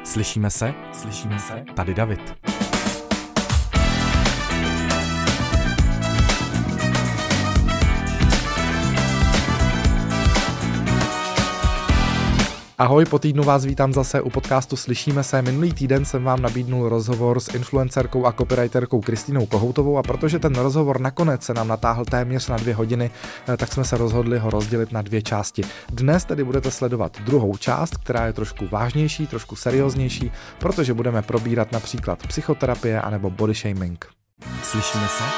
Slyšíme se? Slyšíme se? Tady David. Ahoj, po týdnu vás vítám zase u podcastu Slyšíme se. Minulý týden jsem vám nabídnul rozhovor s influencerkou a copywriterkou Kristýnou Kohoutovou a protože ten rozhovor nakonec se nám natáhl téměř na 2 hodiny, tak jsme se rozhodli ho rozdělit na 2 části. Dnes tedy budete sledovat druhou část, která je trošku vážnější, trošku serióznější, protože budeme probírat například psychoterapie anebo body shaming. Slyšíme se?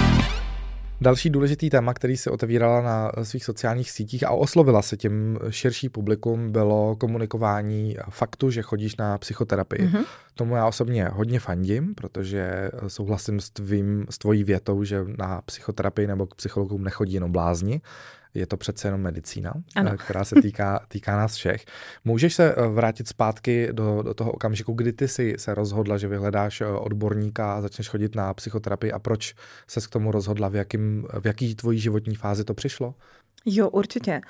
Další důležitý téma, který se otevírala na svých sociálních sítích a oslovila se tím širší publikum, bylo komunikování faktu, že chodíš na psychoterapii. Mm-hmm. Tomu já osobně hodně fandím, protože souhlasím s tvojí větou, že na psychoterapii nebo k psychologům nechodí jenom blázni. Je to přece jenom medicína, ano, která se týká nás všech. Můžeš se vrátit zpátky do toho okamžiku, kdy ty jsi se rozhodla, že vyhledáš odborníka a začneš chodit na psychoterapii a proč ses k tomu rozhodla, v jaký tvojí životní fázi to přišlo? Jo, určitě.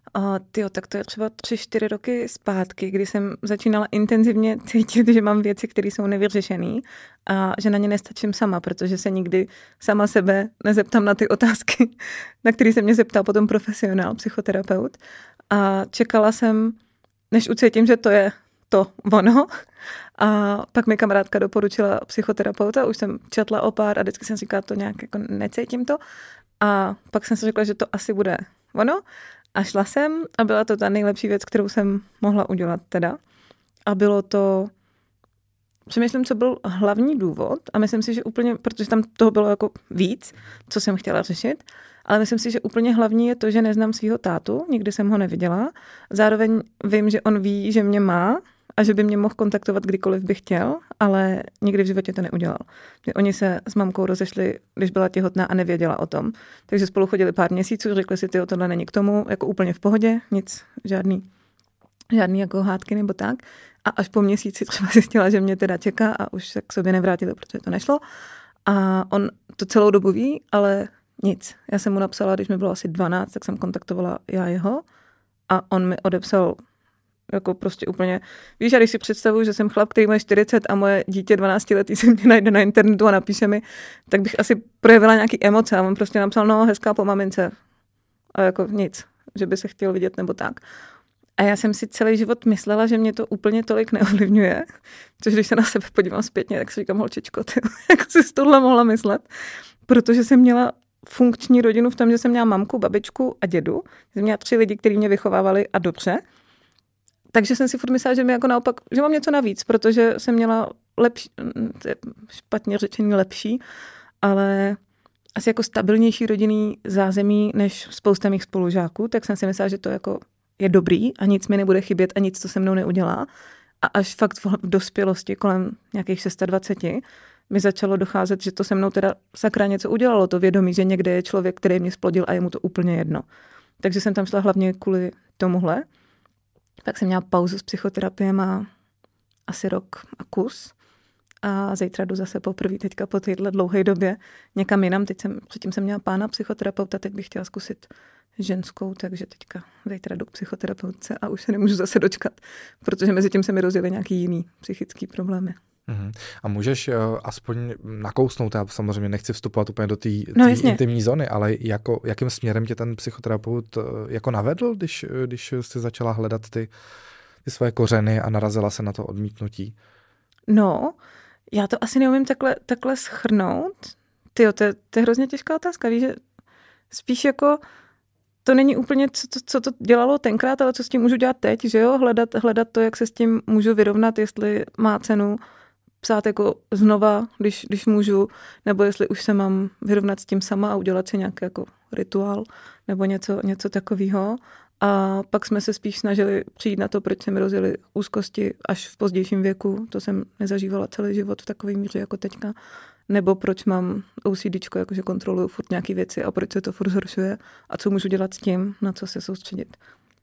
Tak to je třeba 3-4 roky zpátky, kdy jsem začínala intenzivně cítit, že mám věci, které jsou nevyřešené a že na ně nestačím sama, protože se nikdy sama sebe nezeptám na ty otázky, na které se mě zeptal potom profesionál, psychoterapeut. A čekala jsem, než ucítím, že to je to ono. A pak mi kamarádka doporučila psychoterapeuta, už jsem četla o pár a vždycky jsem říkala, to nějak jako necítím to. A pak jsem si řekla, že to asi bude ono. A šla jsem a byla to ta nejlepší věc, kterou jsem mohla udělat teda. A bylo to, přemýšlím, co byl hlavní důvod a myslím si, že úplně, protože tam toho bylo jako víc, co jsem chtěla řešit, ale myslím si, že úplně hlavní je to, že neznám svýho tátu, nikdy jsem ho neviděla. Zároveň vím, že on ví, že mě má a že by mě mohl kontaktovat kdykoliv by chtěl, ale nikdy v životě to neudělal. Oni se s mamkou rozešli, když byla těhotná a nevěděla o tom. Takže spolu chodili pár měsíců, řekli si, tyjo, tohle není k tomu, jako úplně v pohodě, nic, žádný jako hádky nebo tak. A až po měsíci třeba zjistila, že mě teda čeká a už se k sobě nevrátili, protože to nešlo. A on to celou dobu ví, ale nic. Já jsem mu napsala, když mi bylo asi 12, tak jsem kontaktovala já jeho a on mi odepsal jako prostě úplně, víš, a když si představuji, že jsem chlap, který má 40 a moje dítě 12letý se mě najde na internetu a napíše mi, tak bych asi projevila nějaký emoce a on prostě napsal, no, hezká po mamince. A jako nic, že by se chtěl vidět nebo tak. A já jsem si celý život myslela, že mě to úplně tolik neovlivňuje, což když se na sebe podívám zpětně, tak si říkám, holčičko, ty, jako si z tohle mohla myslet, protože jsem měla funkční rodinu v tom, že jsem měla mamku, babičku a dědu. Jsem měla 3 lidi, kteří mě vychovávali a dobře. Takže jsem si furt myslela, že mi jako naopak, že mám něco navíc, protože jsem měla lepší, špatně řečený lepší, ale asi jako stabilnější rodinný zázemí než spousta mých spolužáků, tak jsem si myslela, že to jako je dobrý a nic mi nebude chybět a nic, co se mnou neudělá. A až fakt v dospělosti, kolem nějakých 26, mi začalo docházet, že to se mnou teda sakra něco udělalo, to vědomí, že někde je člověk, který mě splodil a je mu to úplně jedno. Takže jsem tam šla hlavně kvůli tomuhle. Tak jsem měla pauzu s psychoterapiem a asi rok a kus. A zítra jdu zase poprvé teďka po téhle dlouhé době někam jinam. Předtím jsem měla pána psychoterapeuta, teď bych chtěla zkusit ženskou, takže teďka zítra jdu k psychoterapeutce a už se nemůžu zase dočkat, protože mezi tím se mi rozjeli nějaký jiný psychický problémy. A můžeš aspoň nakousnout, já samozřejmě nechci vstupovat úplně do té intimní zóny, ale jakým směrem tě ten psychoterapeut jako navedl, když jsi začala hledat ty svoje kořeny a narazila se na to odmítnutí? No, já to asi neumím takhle shrnout. Tyjo, to je hrozně těžká otázka, víš, že spíš jako to není úplně, co to dělalo tenkrát, ale co s tím můžu dělat teď, že jo? Hledat to, jak se s tím můžu vyrovnat, jestli má cenu psát jako znova, když můžu, nebo jestli už se mám vyrovnat s tím sama a udělat si nějaký jako rituál nebo něco takového. A pak jsme se spíš snažili přijít na to, proč se mi rozjeli úzkosti až v pozdějším věku. To jsem nezažívala celý život v takové míře jako teďka. Nebo proč mám OCDčko, jakože kontroluju furt nějaké věci a proč se to furt zhoršuje a co můžu dělat s tím, na co se soustředit.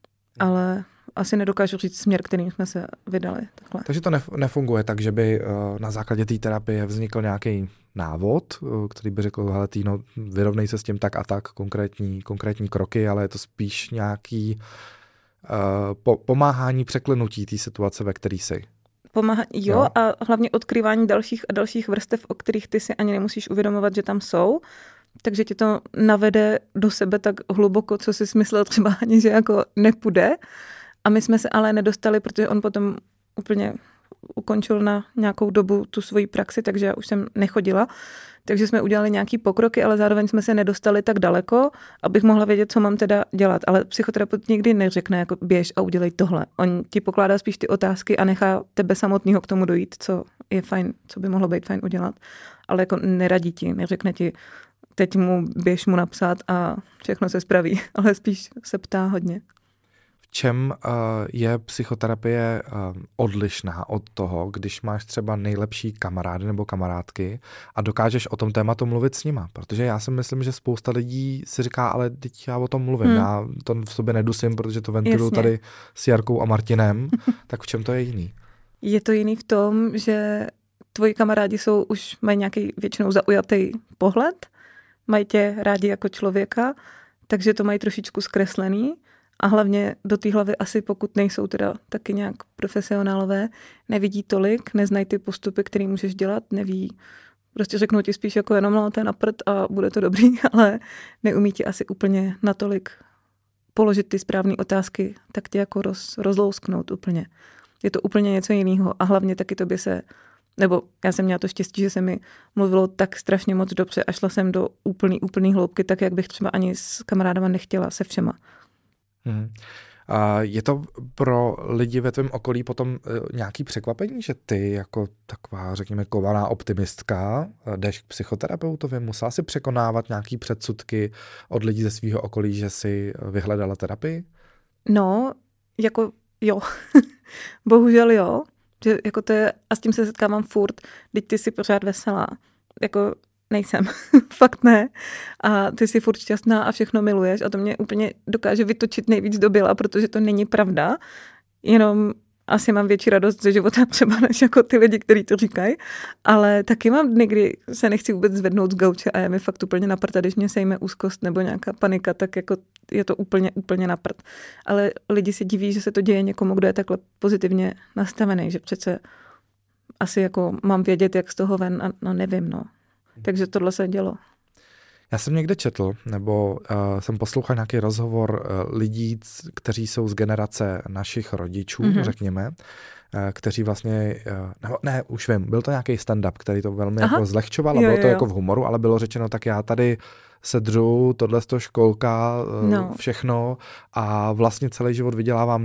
Ale asi nedokážu říct směr, kterým jsme se vydali. Takhle. Takže to nefunguje tak, že by na základě té terapie vznikl nějaký návod, který by řekl, hele Týno, vyrovnej se s tím tak a tak, konkrétní kroky, ale je to spíš nějaký pomáhání překlenutí té situace, ve které jsi. Pomáhá, jo, a hlavně odkrývání dalších a dalších vrstev, o kterých ty si ani nemusíš uvědomovat, že tam jsou. Takže ti to navede do sebe tak hluboko, co jsi smyslel třeba ani, že jako nepůjde. A my jsme se ale nedostali, protože on potom úplně ukončil na nějakou dobu tu svoji praxi, takže já už jsem nechodila. Takže jsme udělali nějaký pokroky, ale zároveň jsme se nedostali tak daleko, abych mohla vědět, co mám teda dělat. Ale psychoterapeut nikdy neřekne, jako běž a udělej tohle. On ti pokládá spíš ty otázky a nechá tebe samotného k tomu dojít, co je fajn, co by mohlo být fajn udělat. Ale jako neradí ti, neřekne ti, teď běž mu napsat a všechno se spraví, ale spíš se ptá hodně. V čem je psychoterapie odlišná od toho, když máš třeba nejlepší kamarády nebo kamarádky a dokážeš o tom tématu mluvit s nima? Protože já si myslím, že spousta lidí si říká, ale teď já o tom mluvím, já to v sobě nedusím, protože to ventiluju tady s Jarkou a Martinem, tak v čem to je jiný? Je to jiný v tom, že tvoji kamarádi mají nějaký většinou zaujatý pohled, mají tě rádi jako člověka, takže to mají trošičku zkreslený. A hlavně do té hlavy asi, pokud nejsou teda taky nějak profesionálové, nevidí tolik, neznají ty postupy, které můžeš dělat, neví, prostě řeknou ti spíš jako jenom no, to je na prd a bude to dobrý, ale neumí ti asi úplně natolik položit ty správné otázky, tak tě jako rozlousknout úplně. Je to úplně něco jiného a hlavně taky tobě nebo já jsem měla to štěstí, že se mi mluvilo tak strašně moc dobře a šla jsem do úplný hloubky, tak jak bych třeba ani s kamarádama nechtěla, se všema. Je to pro lidi ve tvém okolí potom nějaký překvapení, že ty jako taková, řekněme, kovaná optimistka jdeš k psychoterapeutovi? Musela si překonávat nějaký předsudky od lidí ze svého okolí, že si vyhledala terapii? No, jako jo. Bohužel jo. Že jako to je, a s tím se setkávám furt, teď ty jsi pořád veselá. Jako nejsem, fakt ne. A ty jsi furt šťastná a všechno miluješ a to mě úplně dokáže vytočit nejvíc do byla, protože to není pravda. Jenom asi mám větší radost ze života třeba než jako ty lidi, kteří to říkají, ale taky mám dny, kdy se nechci vůbec zvednout z gauče a je mi fakt úplně na prd, a když mě sejme úzkost nebo nějaká panika, tak jako je to úplně na prd. Ale lidi si diví, že se to děje někomu, kdo je takhle pozitivně nastavený, že přece asi jako mám vědět, jak z toho ven a no nevím, no. Takže tohle se dělo. Já jsem někde četl, nebo jsem poslouchal nějaký rozhovor lidí, kteří jsou z generace našich rodičů, řekněme, kteří vlastně, ne, už vím, byl to nějaký stand-up, který to velmi jako zlehčoval a bylo to jako v humoru, ale bylo řečeno, tak já tady sedřu, tohle z toho školka, všechno a vlastně celý život vydělávám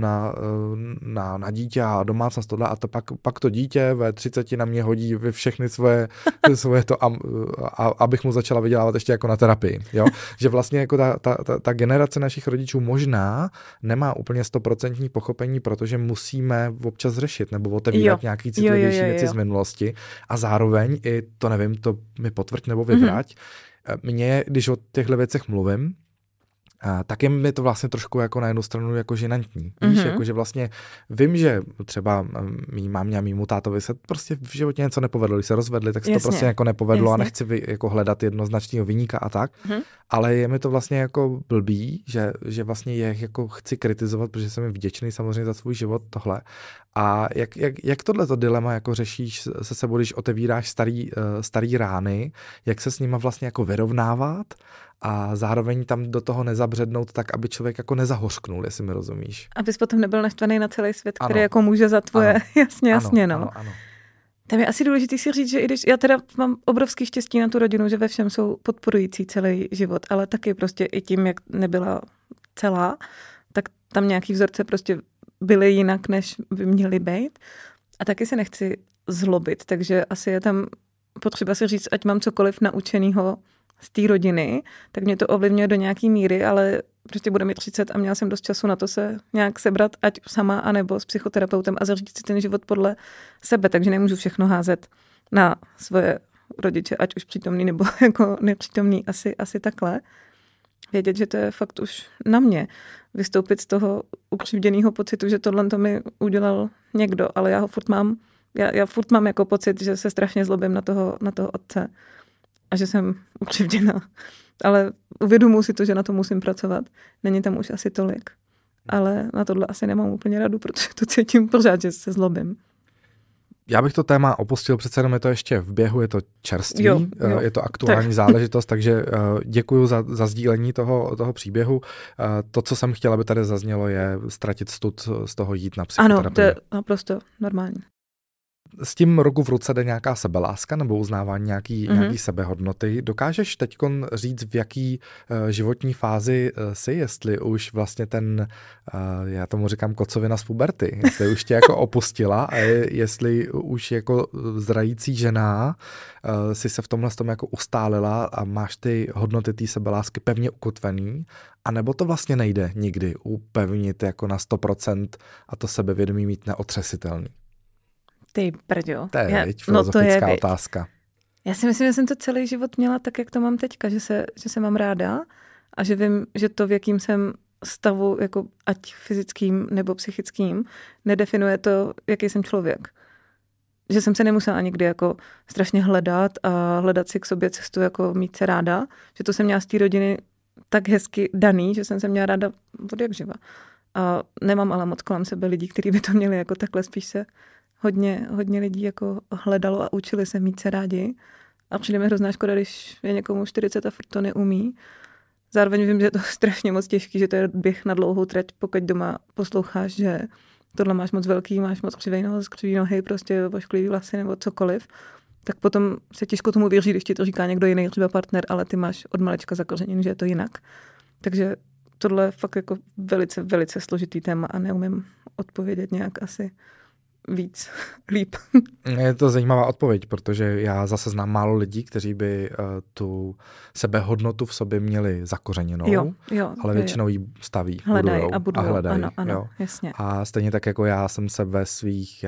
na dítě a domácnost tohle a to pak to dítě ve 30 na mě hodí všechny svoje to, abych mu začala vydělávat ještě jako na terapii. Jo? Že vlastně jako ta generace našich rodičů možná nemá úplně 100% pochopení, protože musíme občas řešit nebo otevírat nějaký citlivější věci z minulosti a zároveň i to nevím, to mi potvrď nebo vyvrať, mně, když o těchto věcech mluvím, tak je mi to vlastně trošku jako na jednu stranu jako žinantní. Víš, jako, že vlastně vím, že třeba mý mámě a mýmu tátovi se prostě v životě něco nepovedlo, když se rozvedli, tak se to prostě jako nepovedlo a nechci jako hledat jednoznačného viníka a tak, ale je mi to vlastně jako blbý, že vlastně je jako chci kritizovat, protože jsem jim vděčný samozřejmě za svůj život tohle. A jak tohleto dilema jako řešíš se sebou, když otevíráš starý rány, jak se s nima vlastně jako vyrovnávat a zároveň tam do toho nezabřednout tak, aby člověk jako nezahořknul, jestli mi rozumíš. Abys potom nebyl naštvaný na celý svět, který jako může za tvoje, jasně, no. Ano. Tam je asi důležitý si říct, že i když já teda mám obrovský štěstí na tu rodinu, že ve všem jsou podporující celý život, ale taky prostě i tím, jak nebyla celá, tak tam nějaký vzorce prostě byly jinak, než by měly být. A taky se nechci zlobit, takže asi je tam potřeba si říct, ať mám cokoliv naučenýho z té rodiny, tak mě to ovlivňuje do nějaký míry, ale prostě bude mi 30 a měla jsem dost času na to se nějak sebrat, ať sama, anebo s psychoterapeutem a zařídit si ten život podle sebe, takže nemůžu všechno házet na svoje rodiče, ať už přítomný nebo jako nepřítomný, asi takhle. Vědět, že to je fakt už na mě. Vystoupit z toho ukřivděného pocitu, že tohle to mi udělal někdo, ale já ho furt mám, já furt mám jako pocit, že se strašně zlobím na toho otce a že jsem ukřivděná. Ale uvědomuji si to, že na to musím pracovat. Není tam už asi tolik. Ale na tohle asi nemám úplně radu, protože to cítím pořád, že se zlobím. Já bych to téma opustil, přece jenom je to ještě v běhu, je to čerstvý, jo. Je to aktuální záležitost, takže děkuju za sdílení toho příběhu. To, co jsem chtěla, aby tady zaznělo, je ztratit stud z toho jít na psychoterapii. Ano, to je naprosto normální. S tím ruku v ruce jde nějaká sebeláska nebo uznávání nějaký sebehodnoty. Dokážeš teďkon říct, v jaký životní fázi jsi, jestli už vlastně ten, já tomu říkám kocovina z puberty, jestli už tě jako opustila a jestli už jako zrající žena si se v tomhle tom jako ustálila a máš ty hodnoty té sebelásky pevně ukotvený, anebo to vlastně nejde nikdy upevnit jako na 100% a to sebevědomí mít neotřesitelný. Ty brďo. To je filozofická otázka. Já si myslím, že jsem to celý život měla tak, jak to mám teďka, že se mám ráda a že vím, že to, v jakým jsem stavu, jako ať fyzickým nebo psychickým, nedefinuje to, jaký jsem člověk. Že jsem se nemusela nikdy jako strašně hledat a hledat si k sobě cestu, jako mít se ráda. Že to jsem měla z té rodiny tak hezky daný, že jsem se měla ráda od jak živa. A nemám ale moc kolem sebe lidí, kteří by to měli jako takhle, spíš se hodně lidí jako hledalo a učili se mít se rádi. A přijde mi hrozná škoda, když je někomu 40 a furt to neumí. Zároveň vím, že je to strašně moc těžký, že to je běh na dlouhou trať, pokud doma posloucháš, že tohle máš moc velký, máš moc křivý nohy, prostě ošklivý vlasy nebo cokoliv, tak potom se těžko tomu věří, když ti to říká někdo jiný, třeba partner, ale ty máš od malečka zakořeněn, že je to jinak. Takže tohle je fakt jako velice, velice složitý téma a neumím odpovědět nějak asi víc líp. Je to zajímavá odpověď, protože já zase znám málo lidí, kteří by tu sebehodnotu v sobě měli zakořeněnou, ale většinou ji staví, hledají. Ano, jasně. A stejně tak jako já jsem se ve svých,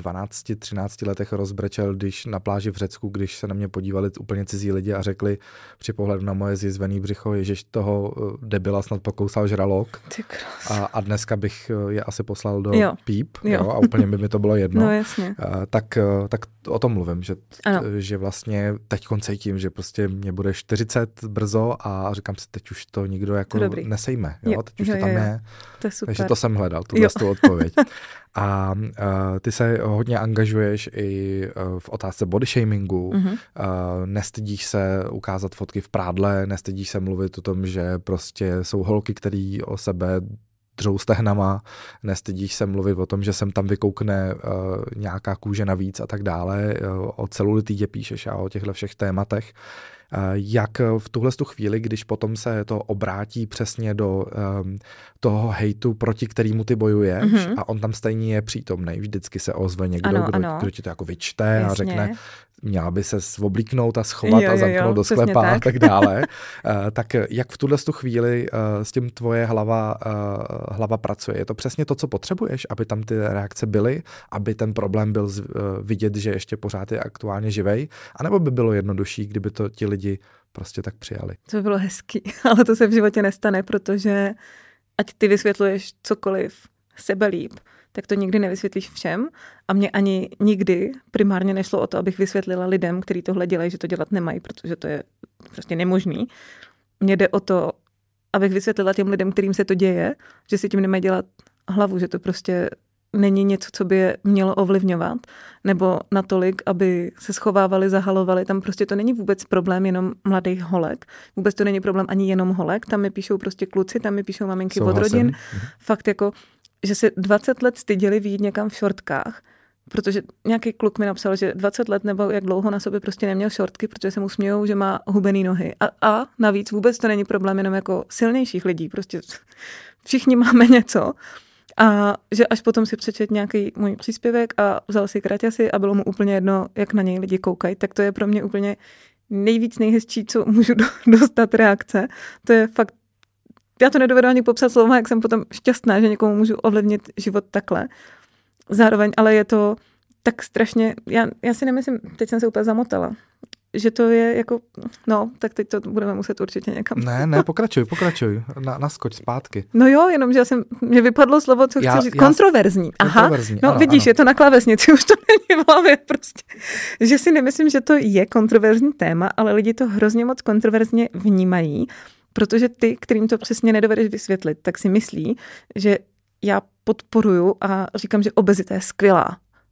12-13 letech rozbrečel, když na pláži v Řecku, když se na mě podívali úplně cizí lidi a řekli při pohledu na moje zjizvený břicho, ježiš, toho debila snad pokousal žralok. A dneska bych je asi poslal do píp a úplně by mi to bylo jedno. No, jasně. Tak o tom mluvím, že vlastně teď cítím, že prostě mě bude 40 brzo a říkám si, teď už to nikdo jako nesejme. Teď už to tam je. To je super. Takže to jsem hledal, tu odpověď. A ty se hodně angažuješ i v otázce body shamingu. Nestydíš se ukázat fotky v prádle, nestydíš se mluvit o tom, že prostě jsou holky, které o sebe dřou stehnama, nestydíš se mluvit o tom, že sem tam vykoukne nějaká kůže navíc a tak dále. O celulitidě píšeš a o těchto všech tématech. Jak v tuhle chvíli, když potom se to obrátí přesně do toho hejtu, proti kterému ty bojuješ a on tam stejně je přítomnej, vždycky se ozve někdo, kdo ti to jako vyčte a řekne, měla by se oblíknout a schovat a zamknout do sklepa a tak dále. Tak jak v tuhle chvíli s tím tvoje hlava pracuje? Je to přesně to, co potřebuješ, aby tam ty reakce byly, aby ten problém byl vidět, že ještě pořád je aktuálně živej? A nebo by bylo jednodušší, kdyby to ti lidi prostě tak přijali? To by bylo hezký, ale to se v životě nestane, protože ať ty vysvětluješ cokoliv sebelíp, tak to nikdy nevysvětlíš všem. A mě ani nikdy primárně nešlo o to, abych vysvětlila lidem, kteří tohle dělají, že to dělat nemají, protože to je prostě nemožný. Mně jde o to, abych vysvětlila těm lidem, kterým se to děje, že si tím nemají dělat hlavu, že to prostě není něco, co by je mělo ovlivňovat, nebo natolik, aby se schovávali, zahalovali. Tam prostě to není vůbec problém jenom mladých holek. Vůbec to není problém ani jenom holek. Tam mi píšou prostě kluci, tam mi píšou maminky od rodin. Fakt jako, že se 20 let styděli vyjít někam v šortkách, protože nějaký kluk mi napsal, že 20 let nebo jak dlouho na sobě prostě neměl šortky, protože se mu smějou, že má hubený nohy. A navíc vůbec to není problém jenom jako silnějších lidí. Prostě všichni máme něco. A že až potom si přečet nějaký můj příspěvek a vzal si kraťasy a bylo mu úplně jedno, jak na něj lidi koukají, tak to je pro mě úplně nejhezčí, co můžu dostat reakce. To je fakt, já to nedovedu ani popsat slova, jak jsem potom šťastná, že někomu můžu ovlivnit život takhle. Zároveň, ale je to tak strašně, já si nemyslím, teď jsem se úplně zamotala, že to je jako, no, tak teď to budeme muset určitě někam. Ne, pokračuj, naskoč zpátky. No jo, jenom, že mě vypadlo slovo, co chci říct, kontroverzní. Aha, no ano, vidíš, ano. Je to na klávesnici, už to není v hlavě prostě. Že si nemyslím, že to je kontroverzní téma, ale lidi to hrozně moc kontroverzně vnímají, protože ty, kterým to přesně nedovedeš vysvětlit, tak si myslí, že já podporuju a říkám, že obezita je skvělá.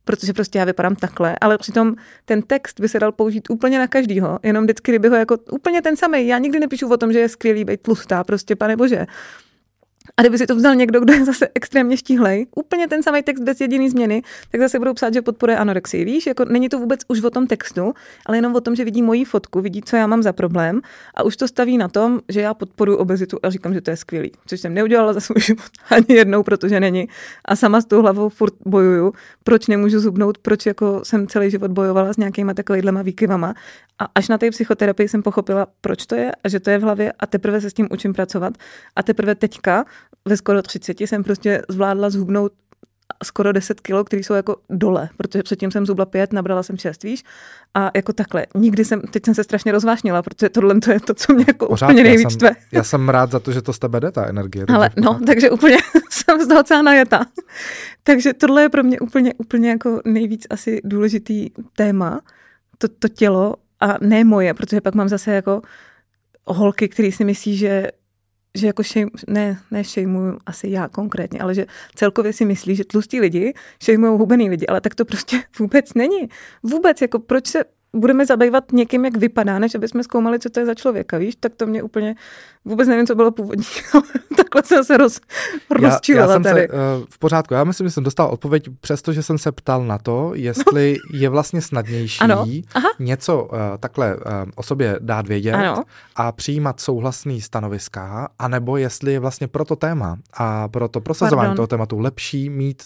protože prostě já vypadám takhle, ale přitom ten text by se dal použít úplně na každýho, jenom vždycky, kdyby ho jako úplně ten samej. Já nikdy nepíšu o tom, že je skvělý být tlustá, prostě pane bože. A kdyby si to vzal někdo, kdo je zase extrémně štíhlej, úplně ten samý text bez jediný změny, tak zase budou psát, že podporuje anorexii. Víš, jako není to vůbec už o tom textu, ale jenom o tom, že vidí moji fotku, vidí, co já mám za problém a už to staví na tom, že já podporuji obezitu a říkám, že to je skvělý. Což jsem neudělala za svůj život ani jednou, protože není. A sama s tou hlavou furt bojuju, proč nemůžu zhubnout, proč jako jsem celý život bojovala s nějakýma takovýhlema výkyvama. A až na té psychoterapii jsem pochopila, proč to je a že to je v hlavě a teprve se s tím učím pracovat. A teprve teďka ve skoro 30 jsem prostě zvládla zhubnout skoro 10 kilo, které jsou jako dole, protože předtím jsem zhubla 5, nabrala jsem 6, víš? A jako takhle. Teď jsem se strašně rozvášnila, protože tohle to je to, co mě jako úplně nejvíc štve. Já jsem rád za to, že to z tebe jde, ta energie. Ale no, takže úplně jsem z toho celá najeta. Takže tohle je pro mě úplně jako nejvíc asi důležitý téma, to tělo a ne moje, protože pak mám zase jako holky, který si myslí, že jako šejmuju asi já konkrétně, ale že celkově si myslí, že tlustí lidi šejmujou hubený lidi, ale tak to prostě vůbec není. Vůbec, jako proč se budeme zabývat někým, jak vypadá, než aby jsme zkoumali, co to je za člověka, víš? Tak to mě úplně, vůbec nevím, co bylo původní, ale takhle jsem se rozčílela já jsem tady. V pořádku, já myslím, že jsem dostal odpověď, přestože jsem se ptal na to, jestli je vlastně snadnější něco takhle o sobě dát vědět a přijímat souhlasný stanoviska, anebo jestli je vlastně pro to téma a pro to prosazování toho tématu lepší mít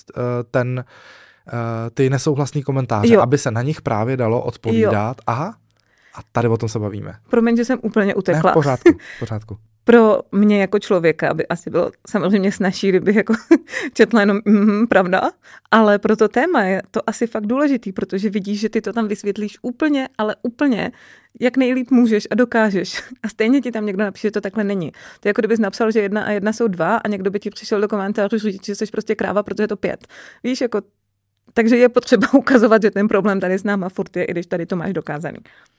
ty nesouhlasný komentáře, aby se na nich právě dalo odpovídat. Aha, a tady o tom se bavíme. Promiň, že jsem úplně utekla. Ne, v pořádku. Pro mě jako člověka, aby asi bylo samozřejmě snazší, kdybych jako četla jenom pravda, ale pro to téma je to asi fakt důležitý, protože vidíš, že ty to tam vysvětlíš úplně, ale úplně, jak nejlíp můžeš a dokážeš. A stejně ti tam někdo napíše, že to takhle není. To je jako kdybys napsal, že 1 a 1 jsou 2 a někdo by ti přišel do komentářů říct, že jsi prostě kráva, protože je to 5. Víš, jako takže je potřeba ukazovat, že ten problém tady s náma furt je, i když tady to máš dokázaný.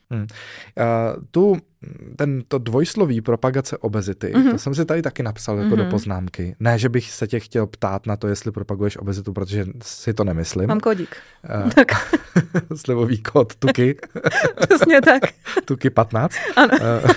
To dvojsloví propagace obezity, to jsem si tady taky napsal jako do poznámky. Ne, že bych se tě chtěl ptát na to, jestli propaguješ obezitu, protože si to nemyslím. Mám kódík. Slevový kód Tuky. Přesně tak. Tuky 15. Ano.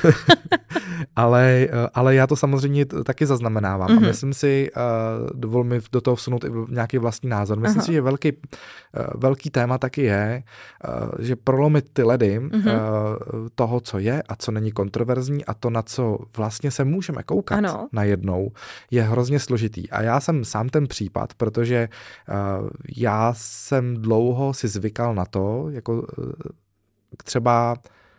Ale já to samozřejmě taky zaznamenávám a myslím si, dovol mi do toho vsunout i nějaký vlastní názor. Myslím si, že velký téma taky je, že prolomit ty ledy toho, co je a co není kontroverzní a to, na co vlastně se můžeme koukat najednou, je hrozně složitý. A já jsem sám ten případ, protože já jsem dlouho si zvykal na to, jako třeba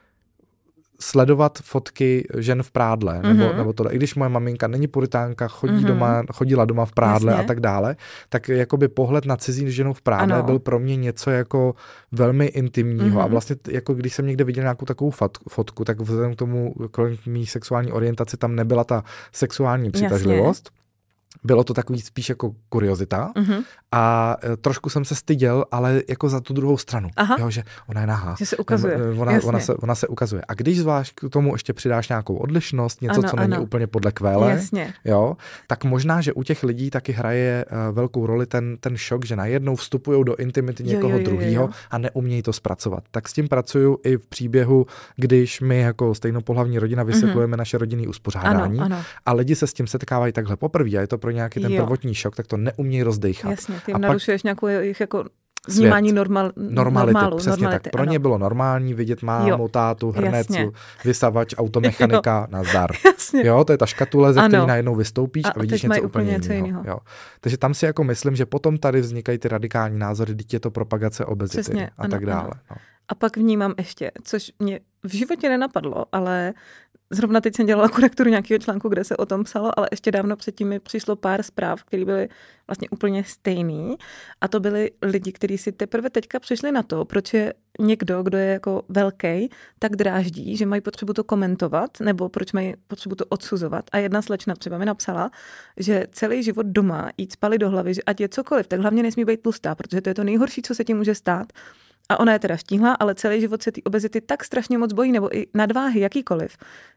sledovat fotky žen v prádle, nebo tohle. I když moje maminka není puritánka, chodila doma v prádle a tak dále, tak jakoby pohled na cizí ženu v prádle byl pro mě něco jako velmi intimního a vlastně jako když jsem někde viděl nějakou takovou fotku, tak vzhledem k tomu, k mý sexuální orientaci, tam nebyla ta sexuální přitažlivost. Bylo to takový spíš jako kuriozita a trošku jsem se styděl, ale jako za tu druhou stranu, jo, že ona je nahá. Že se ukazuje. Ona se ukazuje. A když zvlášť k tomu ještě přidáš nějakou odlišnost, něco, co není úplně podle kvéle, jo, tak možná, že u těch lidí taky hraje velkou roli ten šok, že najednou vstupují do intimity někoho druhého a neumějí to zpracovat. Tak s tím pracuju i v příběhu, když my jako stejnopohlavní rodina vysvětlujeme naše rodinné uspořádání a lidi se s tím setkávají takhle poprvé a je to pro nějaký ten prvotní šok, tak to neumějí rozdejchat. Jasně, ty jim narušuješ nějakou jejich jako vnímání normality. Přesně tak. Pro ně bylo normální vidět mámu, tátu, hrnec, vysavač, automechanika, nazdar. Jo, to je ta škatule, ze které najednou vystoupíš a vidíš něco úplně jiného. Jo. Takže tam si jako myslím, že potom tady vznikají ty radikální názory, když je to propagace obezity a tak dále. No. A pak vnímám ještě, což mě v životě nenapadlo, ale zrovna teď jsem dělala korekturu nějakého článku, kde se o tom psalo, ale ještě dávno předtím mi přišlo pár zpráv, které byly vlastně úplně stejný. A to byli lidi, kteří si teprve teďka přišli na to, proč je někdo, kdo je jako velký, tak dráždí, že mají potřebu to komentovat, nebo proč mají potřebu to odsuzovat. A jedna slečna třeba mi napsala, že celý život doma jít spali do hlavy, že ať je cokoliv, tak hlavně nesmí být tlustá, protože to je to nejhorší, co se ti může stát. A ona je teda štíhlá, ale celý život se ty obezity tak strašně moc bojí, nebo i nadváhy, jakýkoliv.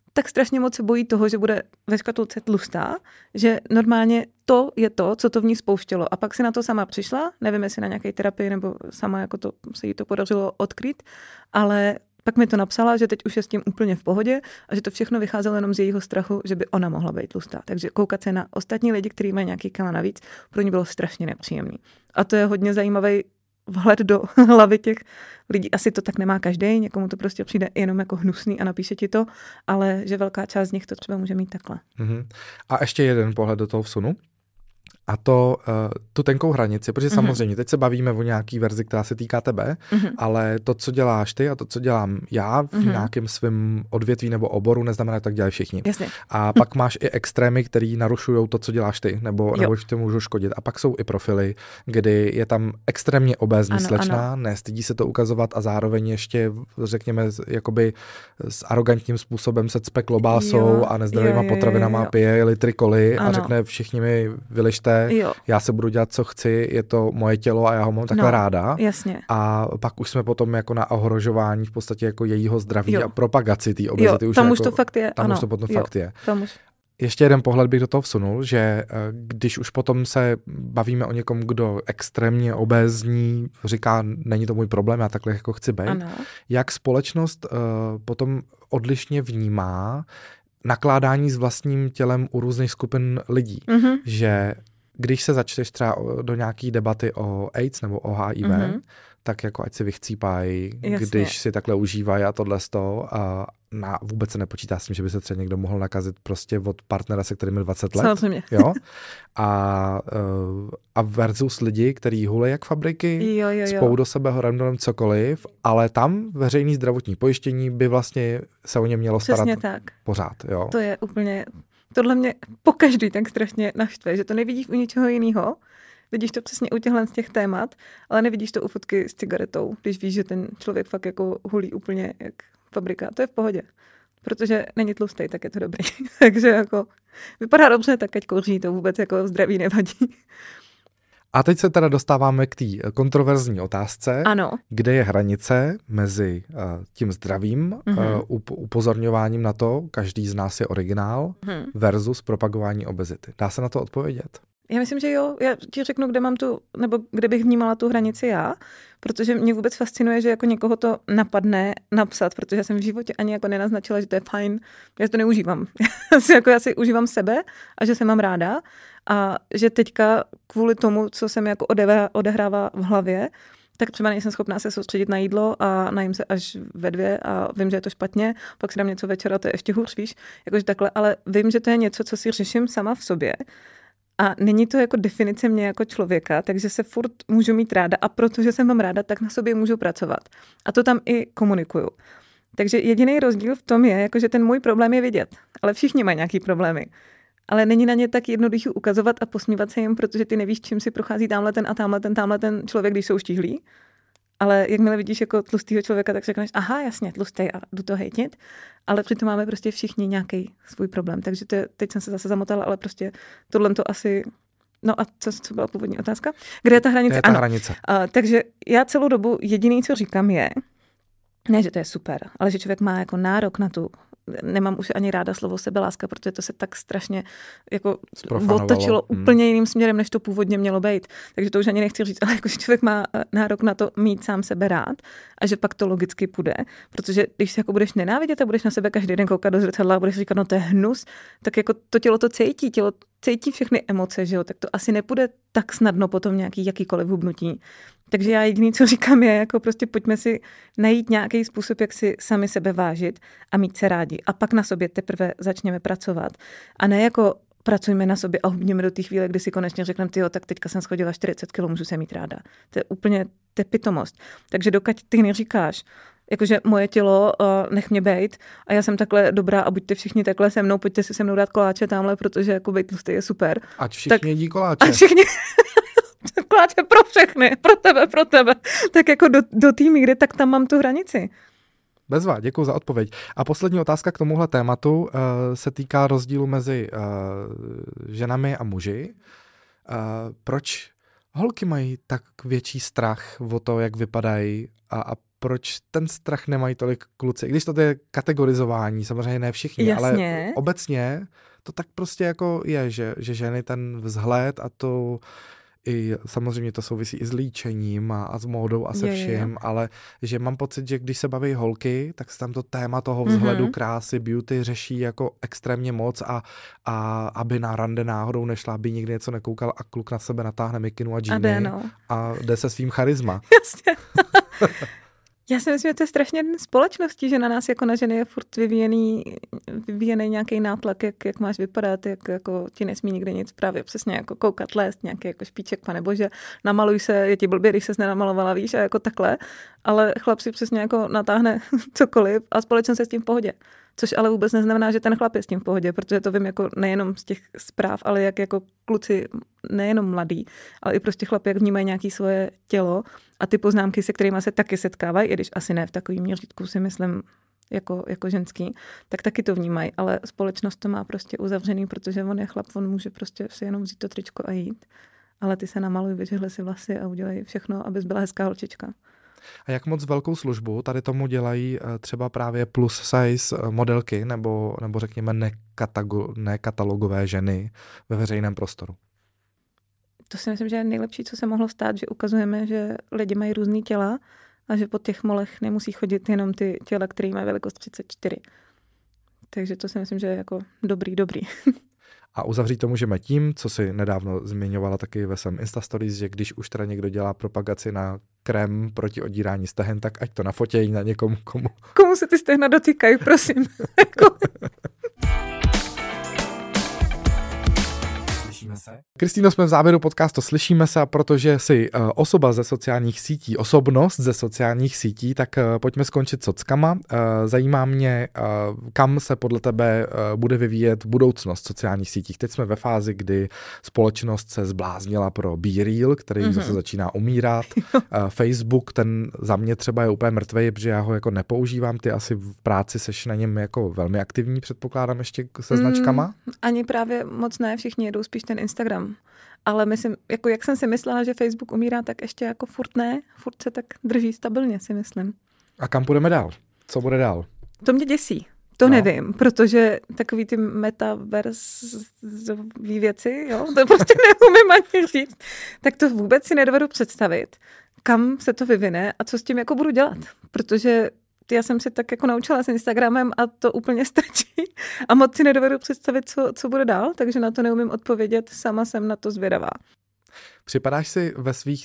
tak strašně moc se bojí toho, že bude ve škatulce tlustá, že normálně to je to, co to v ní spouštělo. A pak si na to sama přišla, nevím, jestli na nějaké terapii, nebo sama jako to se jí to podařilo odkryt, ale pak mi to napsala, že teď už je s tím úplně v pohodě a že to všechno vycházelo jenom z jejího strachu, že by ona mohla být tlustá. Takže koukat se na ostatní lidi, kteří mají nějaký kila navíc, pro ní bylo strašně nepříjemný. A to je hodně zajímavý vhled do hlavy těch lidí. Asi to tak nemá každý, někomu to prostě přijde jenom jako hnusný a napíše ti to, ale že velká část z nich to třeba může mít takhle. A ještě jeden pohled do toho vsunu. A to tu tenkou hranici, protože samozřejmě teď se bavíme o nějaký verzi, která se týká tebe, ale to, co děláš ty a to, co dělám já v nějakém svém odvětví nebo oboru, neznamená, že tak dělají všichni. Jasně. A pak máš i extrémy, který narušují to, co děláš ty, nebo ti můžou škodit. A pak jsou i profily, kdy je tam extrémně obézní slečna, nestydí se to ukazovat a zároveň ještě, řekněme, jakoby s arrogantním způsobem se cpe klobásou a nezdravýma potravinama, pije litry koly a řekne, všichni mi vylište, já se budu dělat, co chci, je to moje tělo a já ho mám takhle ráda. Jasně. A pak už jsme potom jako na ohrožování v podstatě jako jejího zdraví a propagaci té obezity. Už tam jako, už to fakt je. Tam už to potom fakt je. Tam už. Ještě jeden pohled bych do toho vsunul, že když už potom se bavíme o někom, kdo extrémně obézní, říká, není to můj problém, já takhle jako chci být, jak společnost potom odlišně vnímá nakládání s vlastním tělem u různých skupin lidí. Že když se začneš třeba do nějaký debaty o AIDS nebo o HIV, tak jako ať si vychcípají, když si takhle užívají a tohle z toho a vůbec se nepočítá s tím, že by se třeba někdo mohl nakazit prostě od partnera, se kterým je 20 let. Samozřejmě. Jo? A versus lidi, který hulej jak fabriky, spou do sebe random cokoliv, ale tam veřejný zdravotní pojištění by vlastně se o ně mělo starat pořád. Jo? To je úplně... Tohle mě pokaždý tak strašně naštve, že to nevidíš u ničeho jiného. Vidíš to přesně u těchhle z těch témat, ale nevidíš to u fotky s cigaretou, když víš, že ten člověk fakt jako hulí úplně jak fabrika. To je v pohodě, protože není tlustý, tak je to dobrý. Takže jako vypadá dobře, tak ať kouří, to vůbec jako zdraví nevadí. A teď se teda dostáváme k té kontroverzní otázce, kde je hranice mezi tím zdravím, upozorňováním na to, každý z nás je originál, versus propagování obezity. Dá se na to odpovědět? Já myslím, že jo. Já ti řeknu, kde mám nebo kde bych vnímala tu hranici já, protože mě vůbec fascinuje, že jako někoho to napadne napsat, protože jsem v životě ani jako nenaznačila, že to je fajn. Já to neužívám. Já si užívám sebe a že se mám ráda a že teďka kvůli tomu, co se mi jako odehrává v hlavě, tak třeba nejsem schopná se soustředit na jídlo a najím se až ve 2 a vím, že je to špatně, pak si dám něco večera, to je ještě hůř, víš, jakože takhle, ale vím, že to je něco, co si řeším sama v sobě. A není to jako definice mě jako člověka, takže se furt můžu mít ráda a protože se mám ráda, tak na sobě můžu pracovat. A to tam i komunikuju. Takže jediný rozdíl v tom je, jako že ten můj problém je vidět. Ale všichni mají nějaký problémy. Ale není na ně tak jednoduchý ukazovat a posmívat se jim, protože ty nevíš, čím si prochází tamhle ten člověk, když jsou štíhlí. Ale jakmile vidíš jako tlustýho člověka, tak řekneš, aha, jasně, tlustý a jdu to hejtit. Ale přitom máme prostě všichni nějaký svůj problém. Takže teď jsem se zase zamotala, ale prostě tohle to asi... No a co byla původní otázka? Kde je ta hranice? Je ta hranice. Takže já celou dobu jediný, co říkám je, ne, že to je super, ale že člověk má jako nárok na tu, nemám už ani ráda slovo sebeláska, protože to se tak strašně jako otočilo úplně jiným směrem, než to původně mělo být. Takže to už ani nechci říct, ale jako, že člověk má nárok na to mít sám sebe rád a že pak to logicky půjde. Protože když se jako budeš nenávidět a budeš na sebe každý den koukat do zrcadla a budeš říkat, no to je hnus, tak jako to tělo to cítí všechny emoce, že jo, tak to asi nepůjde tak snadno potom jakýkoliv hubnutí. Takže já jediný, co říkám, je jako prostě pojďme si najít nějaký způsob, jak si sami sebe vážit a mít se rádi. A pak na sobě teprve začněme pracovat. A ne jako pracujme na sobě a hubněme do té chvíle, kdy si konečně řekneme, tyjo, tak teďka jsem schodila 40 kg, můžu se mít ráda. To je úplně pitomost. Takže dokud ty neříkáš, jakože moje tělo, nech mě bejt a já jsem takhle dobrá a buďte všichni takhle se mnou, pojďte si se mnou dát koláče tamhle, protože jako bejt tlustý je super. Ať všichni jedí koláče. Ať všichni koláče pro všechny, pro tebe. Tak jako do té míry, tak tam mám tu hranici. Bezva, děkuji za odpověď. A poslední otázka k tomuhle tématu se týká rozdílu mezi ženami a muži. Proč holky mají tak větší strach o to, jak vypadají a proč ten strach nemají tolik kluci? I když to je kategorizování, samozřejmě ne všichni, Jasně. ale obecně to tak prostě jako je, že ženy ten vzhled a to i samozřejmě to souvisí i s líčením a s módou a se vším, ale že mám pocit, že když se baví holky, tak se tam to téma toho vzhledu, krásy, beauty řeší jako extrémně moc a aby na rande náhodou nešla, aby nikdy něco nekoukal a kluk na sebe natáhne mikinu a džíny a jde se svým charisma. Jasně. Já si myslím, že to je strašně společností, že na nás jako na ženy je furt vyvíjený nějaký nátlak, jak máš vypadat, jak jako ti nesmí nikdy nic právě přesně jako koukat, lézt, nějaký jako špiček, panebože, namaluj se, je ti blbě, když ses nenamalovala, víš, a jako takhle, ale chlap si přesně jako natáhne cokoliv a společnost je s tím v pohodě. Což ale vůbec neznamená, že ten chlap je s tím v pohodě, protože to vím jako nejenom z těch zpráv, ale jak jako kluci, nejenom mladí, ale i prostě chlapi, jak vnímají nějaké svoje tělo a ty poznámky, se kterými se taky setkávají, i když asi ne v takovým měřítku, si myslím, jako ženský, tak taky to vnímají, ale společnost to má prostě uzavřený, protože on je chlap, on může prostě si jenom vzít to tričko a jít, ale ty se namaluj, vyžehle si vlasy a udělej všechno, abys byla hezká holčička. A jak moc velkou službu tady tomu dělají třeba právě plus size modelky nebo řekněme nekatalogové ženy ve veřejném prostoru? To si myslím, že je nejlepší, co se mohlo stát, že ukazujeme, že lidi mají různý těla a že po těch molech nemusí chodit jenom ty těla, které mají velikost 34. Takže to si myslím, že je jako dobrý. A uzavřít to můžeme tím, co si nedávno zmiňovala taky ve svém Insta Stories, že když už teda někdo dělá propagaci na krém proti odírání stehen, tak ať to nafotějí na někomu, komu se ty stehna dotýkají, prosím. Kristýno, jsme v závěru podcastu Slyšíme se, protože jsi osoba ze sociálních sítí, osobnost ze sociálních sítí, tak pojďme skončit sockama. Zajímá mě, kam se podle tebe bude vyvíjet budoucnost sociálních sítích. Teď jsme ve fázi, kdy společnost se zbláznila pro BeReal, který zase začíná umírat. Facebook, ten za mě třeba je úplně mrtvej, protože já ho jako nepoužívám. Ty asi v práci seš na něm jako velmi aktivní, předpokládám ještě se značkama. Ani právě moc ne, všichni jedou spíš ten Instagram. Ale myslím, jako jak jsem si myslela, že Facebook umírá, tak ještě jako furt ne, furt se tak drží stabilně, si myslím. A kam půjdeme dál? Co bude dál? To mě děsí. To nevím, protože takový ty metaverzový věci, jo, to prostě neumím ani říct, tak to vůbec si nedovedu představit, kam se to vyvine a co s tím jako budu dělat, protože já jsem se tak jako naučila s Instagramem a to úplně stačí a moc si nedovedu představit, co bude dál, takže na to neumím odpovědět, sama jsem na to zvědavá. Připadáš si ve svých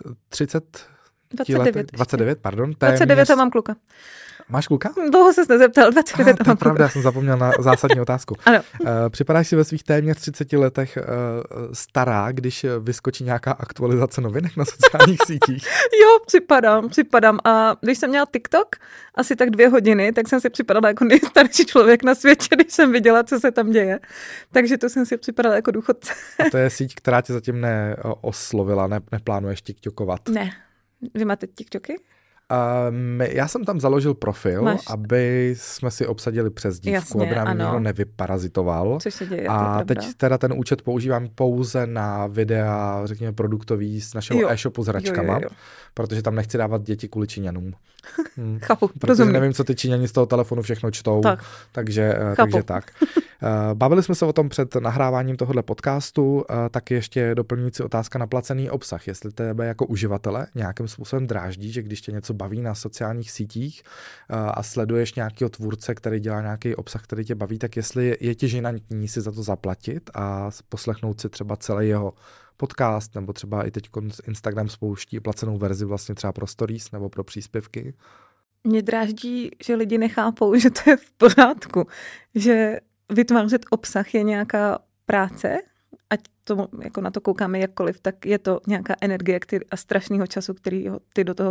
29, pardon. 29 a mám kluka. Máš kluka? Dlouho ses nezeptal, 29 a mám kluka. Pravda, já jsem zapomněl na zásadní otázku. Ano. Připadáš si ve svých téměř 30 letech stará, když vyskočí nějaká aktualizace novinek na sociálních sítích? Jo, připadám. A když jsem měla TikTok, asi tak 2 hodiny, tak jsem si připadala jako nejstarší člověk na světě, když jsem viděla, co se tam děje. Takže to jsem si připadala jako důchodce. A to je síť, která tě zatím neoslovila, neplánuješ TikTokovat? Ne. Vy máte TikToky? Já jsem tam založil profil, aby jsme si obsadili přezdívku, aby nám nikdo nevyparazitoval. Což se děje, a teď teda ten účet používám pouze na videa, řekněme, produktový z našeho e-shopu s hračkama, protože tam nechci dávat děti kvůli Číňanům. Chápu, protože rozumím. Nevím, co ty Číňani z toho telefonu všechno čtou, takže tak. Bavili jsme se o tom před nahráváním tohohle podcastu, taky ještě doplňující otázka na placený obsah. Jestli tebe jako uživatele nějakým způsobem dráždí, že když tě něco baví na sociálních sítích a sleduješ nějakého tvůrce, který dělá nějaký obsah, který tě baví, tak jestli je ti žinantní si za to zaplatit a poslechnout si třeba celý jeho podcast, nebo třeba i teď Instagram spouští placenou verzi vlastně třeba pro stories nebo pro příspěvky. Mě dráždí, že lidi nechápou, že to je v pořádku, že vytvářet obsah je nějaká práce, ať to jako na to koukáme jakkoliv, tak je to nějaká energie a strašného času, který ty do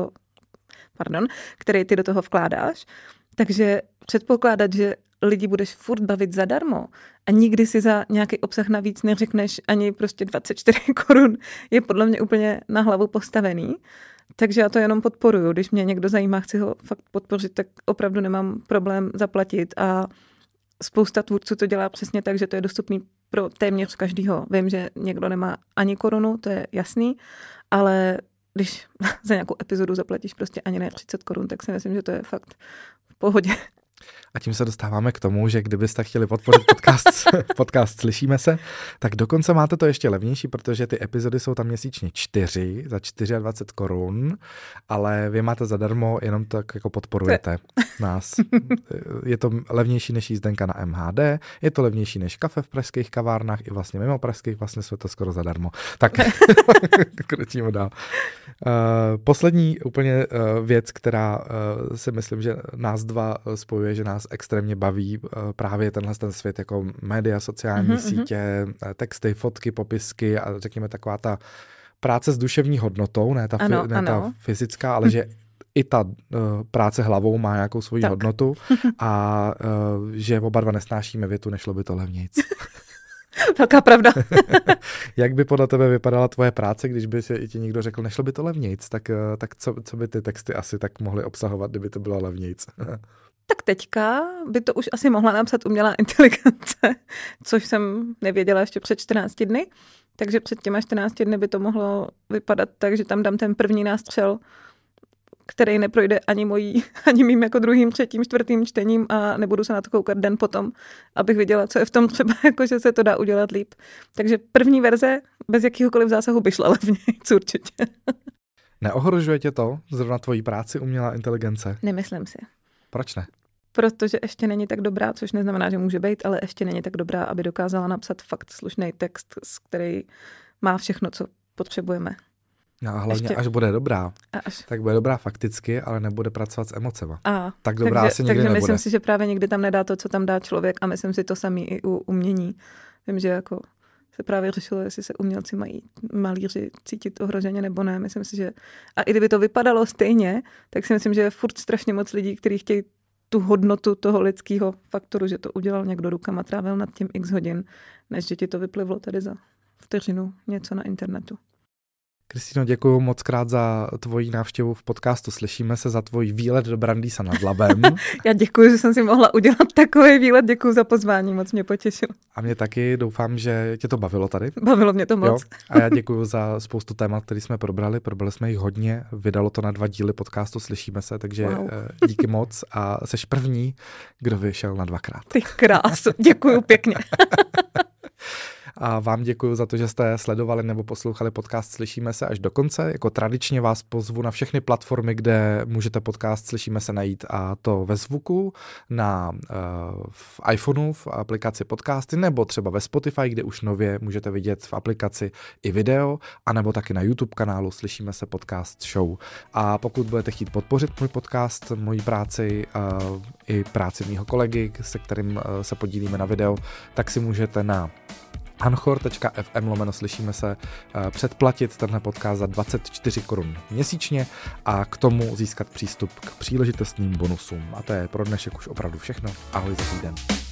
toho vkládáš. Takže předpokládat, že lidi budeš furt bavit zadarmo a nikdy si za nějaký obsah navíc neřekneš ani prostě 24 korun, je podle mě úplně na hlavu postavený. Takže já to jenom podporuju. Když mě někdo zajímá, chci ho fakt podpořit, tak opravdu nemám problém zaplatit a spousta tvůrců to dělá přesně tak, že to je dostupný pro téměř každýho. Vím, že někdo nemá ani korunu, to je jasný, ale když za nějakou epizodu zaplatíš prostě ani ne 30 korun, tak si myslím, že to je fakt v pohodě. A tím se dostáváme k tomu, že kdybyste chtěli podpořit podcast Slyšíme se, tak dokonce máte to ještě levnější, protože ty epizody jsou tam měsíčně 4 za 24 korun, ale vy máte zadarmo, jenom tak jako podporujete nás. Je to levnější než jízdenka na MHD, je to levnější než kafe v pražských kavárnách i vlastně mimo pražských, vlastně jsme to skoro zadarmo. Tak kročíme dál. Poslední úplně věc, která si myslím, že nás dva spojuje, že nás extrémně baví právě ten svět jako média, sociální sítě, texty, fotky, popisky a řekněme taková ta práce s duševní hodnotou, ne ta fyzická, ale že i ta práce hlavou má nějakou svoji hodnotu a že oba dva nesnášíme větu, nešlo by to levnějc. Velká pravda. Jak by podle tebe vypadala tvoje práce, když by ti někdo řekl, nešlo by to levnějc, tak co by ty texty asi tak mohly obsahovat, kdyby to bylo levnějc? Tak teďka by to už asi mohla napsat umělá inteligence, což jsem nevěděla ještě před 14 dny. Takže před těma 14 dny by to mohlo vypadat tak, že tam dám ten první nástřel, který neprojde ani mým jako druhým, třetím, čtvrtým čtením a nebudu se na to koukat den potom, abych viděla, co je v tom třeba, jako že se to dá udělat líp. Takže první verze bez jakýhokoliv zásahu by šla levnějc určitě. Neohrožuje tě to, zrovna tvojí práci umělá inteligence? Nemyslím si. Proč ne? Protože ještě není tak dobrá, což neznamená, že může být, ale ještě není tak dobrá, aby dokázala napsat fakt slušný text, který má všechno, co potřebujeme. No a hlavně, až bude dobrá, tak bude dobrá fakticky, ale nebude pracovat s emocema. Tak dobrá asi nikdy nebude. Myslím si, že právě nikdy tam nedá to, co tam dá člověk a myslím si to samý i u umění. Vím, že jako se právě řešilo, jestli se umělci malíři cítit ohroženě nebo ne. Myslím si, že a i kdyby to vypadalo stejně, tak si myslím, že je furt strašně moc lidí, kteří chtějí tu hodnotu toho lidského faktoru, že to udělal někdo rukama, trávil nad tím x hodin, než že ti to vyplivlo tady za vteřinu něco na internetu. Kristýno, děkuji moc krát za tvoji návštěvu v podcastu. Slyšíme se, za tvůj výlet do Brandýsa nad Labem. Já děkuji, že jsem si mohla udělat takový výlet. Děkuji za pozvání, moc mě potěšil. A mě taky, doufám, že tě to bavilo tady. Bavilo mě to moc. Jo? A já děkuji za spoustu témat, které jsme probrali jsme jich hodně. Vydalo to na 2 díly podcastu Slyšíme se, takže díky moc a seš první, kdo vyšel na 2krát. Ty krásu, děkuji pěkně. A vám děkuji za to, že jste sledovali nebo poslouchali podcast Slyšíme se až do konce. Jako tradičně vás pozvu na všechny platformy, kde můžete podcast Slyšíme se najít, a to ve zvuku, v iPhoneu, v aplikaci podcasty, nebo třeba ve Spotify, kde už nově můžete vidět v aplikaci i video, anebo taky na YouTube kanálu Slyšíme se podcast show. A pokud budete chtít podpořit můj podcast, moji práci i práci mýho kolegy, se kterým se podílíme na video, tak si můžete na anchor.fm/slyšíme se předplatit tenhle podcast za 24 korun měsíčně a k tomu získat přístup k příležitostným bonusům. A to je pro dnešek už opravdu všechno. Ahoj za týden.